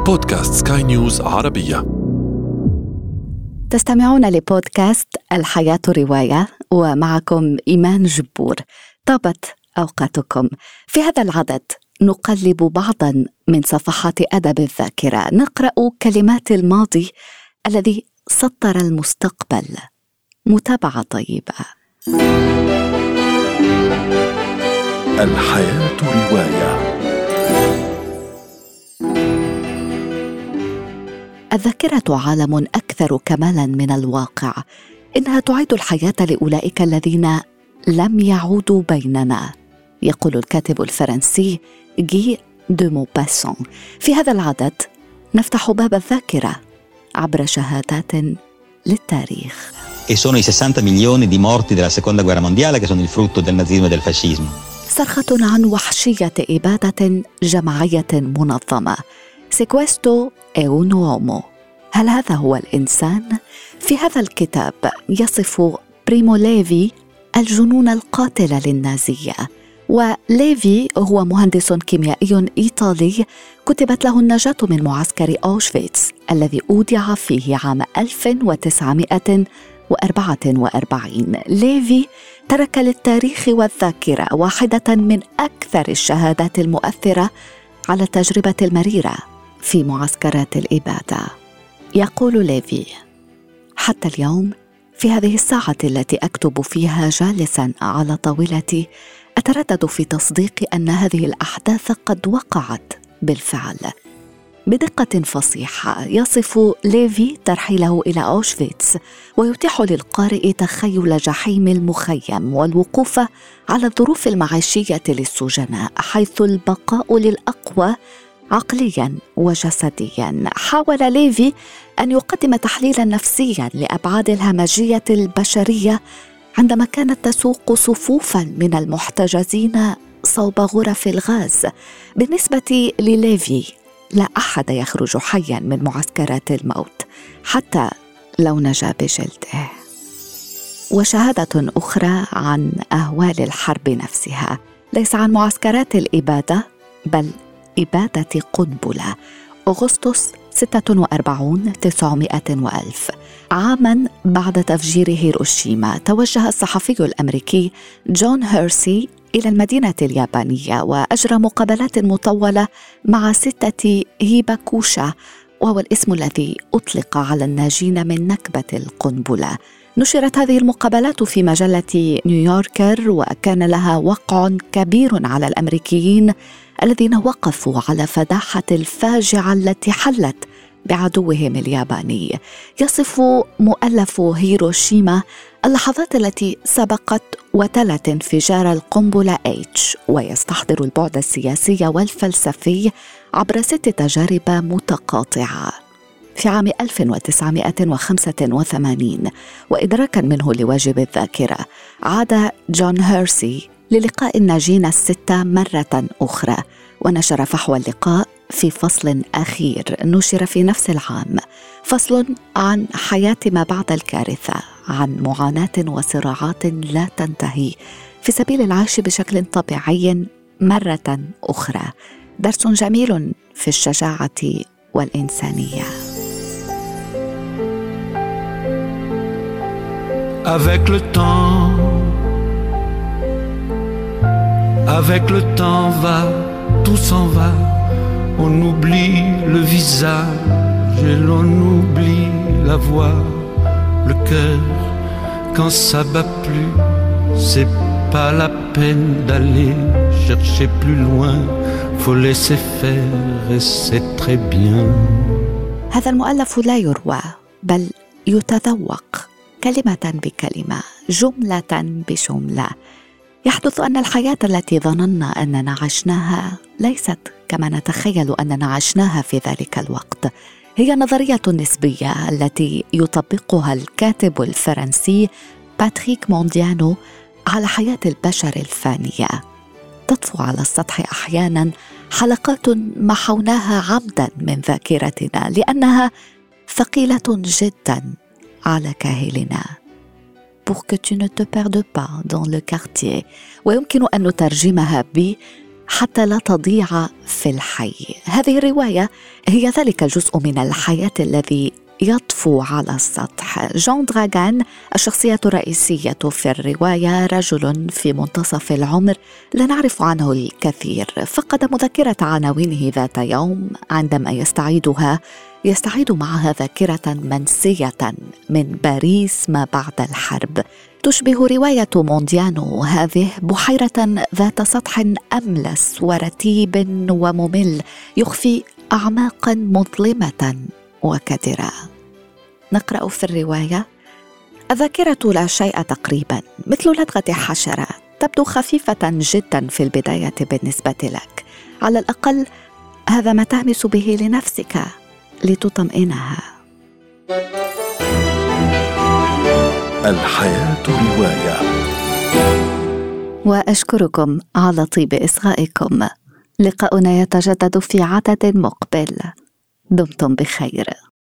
بودكاست سكاي نيوز عربية. تستمعون لبودكاست الحياة رواية، ومعكم إيمان جبور. طابت أوقاتكم. في هذا العدد نقلب بعضاً من صفحات أدب الذاكرة، نقرأ كلمات الماضي الذي سطر المستقبل. متابعة طيبة. الحياة رواية. الذاكرة عالم أكثر كمالاً من الواقع. إنها تعيد الحياة لأولئك الذين لم يعودوا بيننا، يقول الكاتب الفرنسي غي دو موباسون. في هذا العدد نفتح باب الذاكرة عبر شهادات للتاريخ. E sono i 60 milioni di morti della seconda guerra mondiale che sono il frutto del nazismo e del fascismo. صرخة عن وحشية إبادة جماعية منظمة. سيكويستو è un uomo. هل هذا هو الإنسان؟ في هذا الكتاب يصف بريمو ليفي الجنون القاتل للنازية. وليفي هو مهندس كيميائي إيطالي كتبت له النجاة من معسكر أوشفيتس الذي أودع فيه عام 1944. ليفي ترك للتاريخ والذاكرة واحدة من أكثر الشهادات المؤثرة على التجربة المريرة في معسكرات الإبادة. يقول ليفي: حتى اليوم في هذه الساعة التي أكتب فيها جالساً على طاولتي أتردد في تصديق أن هذه الأحداث قد وقعت بالفعل. بدقة فصيحة يصف ليفي ترحيله إلى أوشفيتس، ويتيح للقارئ تخيل جحيم المخيم والوقوف على الظروف المعيشية للسجناء، حيث البقاء للأقوى عقلياً وجسدياً. حاول ليفي أن يقدم تحليلاً نفسياً لأبعاد الهمجية البشرية عندما كانت تسوق صفوفاً من المحتجزين صوب غرف الغاز. بالنسبة لليفي لا أحد يخرج حياً من معسكرات الموت حتى لو نجا بجلده. وشهادة أخرى عن أهوال الحرب نفسها، ليس عن معسكرات الإبادة بل إبادة قنبلة. أغسطس 46 900 وألف. عاماً بعد تفجير هيروشيما توجه الصحفي الأمريكي جون هيرسي إلى المدينة اليابانية وأجرى مقابلات مطولة مع 6 هيباكوشا، وهو الاسم الذي أطلق على الناجين من نكبة القنبلة. نشرت هذه المقابلات في مجلة نيويوركر، وكان لها وقع كبير على الأمريكيين الذين وقفوا على فداحة الفاجعة التي حلت بعدوهم الياباني. يصف مؤلف هيروشيما اللحظات التي سبقت وتلت انفجار القنبلة H، ويستحضر البعد السياسي والفلسفي عبر 6 تجارب متقاطعة. في عام 1985 وإدراكاً منه لواجب الذاكرة، عاد جون هيرسي للقاء الناجين 6 مرة أخرى، ونشر فحوى اللقاء في فصل أخير نشر في نفس العام، فصل عن حياة ما بعد الكارثة، عن معاناة وصراعات لا تنتهي في سبيل العيش بشكل طبيعي مرة أخرى. درس جميل في الشجاعة والإنسانية. Avec le temps va, tout s'en va. On oublie le visage et l'on oublie la voix. Le cœur, quand ça bat plus, c'est pas la peine d'aller chercher plus loin. Faut laisser faire et c'est très bien. هذا المؤلف لا يروى بل يتذوق كلمة بكلمة، جملة بجملة. يحدث أن الحياة التي ظننا أننا عشناها ليست كما نتخيل أننا عشناها في ذلك الوقت. هي نظرية النسبية التي يطبقها الكاتب الفرنسي باتريك مونديانو على حياة البشر الفانية. تطفو على السطح أحيانا حلقات محوناها عمدا من ذاكرتنا لأنها ثقيلة جدا على كاهلنا. Pour que tu ne te perdes pas dans le quartier. ويمكن أن نترجمها ب حتى لا تضيع في الحي. هذه الرواية هي ذلك الجزء من الحياة الذي يطفو على السطح. جون دراغان الشخصية الرئيسية في الرواية رجل في منتصف العمر لا نعرف عنه الكثير، فقد مذكرة عناوينه ذات يوم. عندما يستعيد معها ذاكرة منسية من باريس ما بعد الحرب. تشبه رواية مونديانو هذه بحيرة ذات سطح أملس ورتيب وممل يخفي أعماقا مظلمة وكدرة. نقرأ في الرواية: الذاكرة لا شيء تقريبا، مثل لدغة حشرة، تبدو خفيفة جدا في البداية بالنسبة لك. على الأقل هذا ما تهمس به لنفسك لتطمئنها. الحياة رواية. وأشكركم على طيب إصغائكم. لقاؤنا يتجدد في عدد مقبل. دمتم بخير.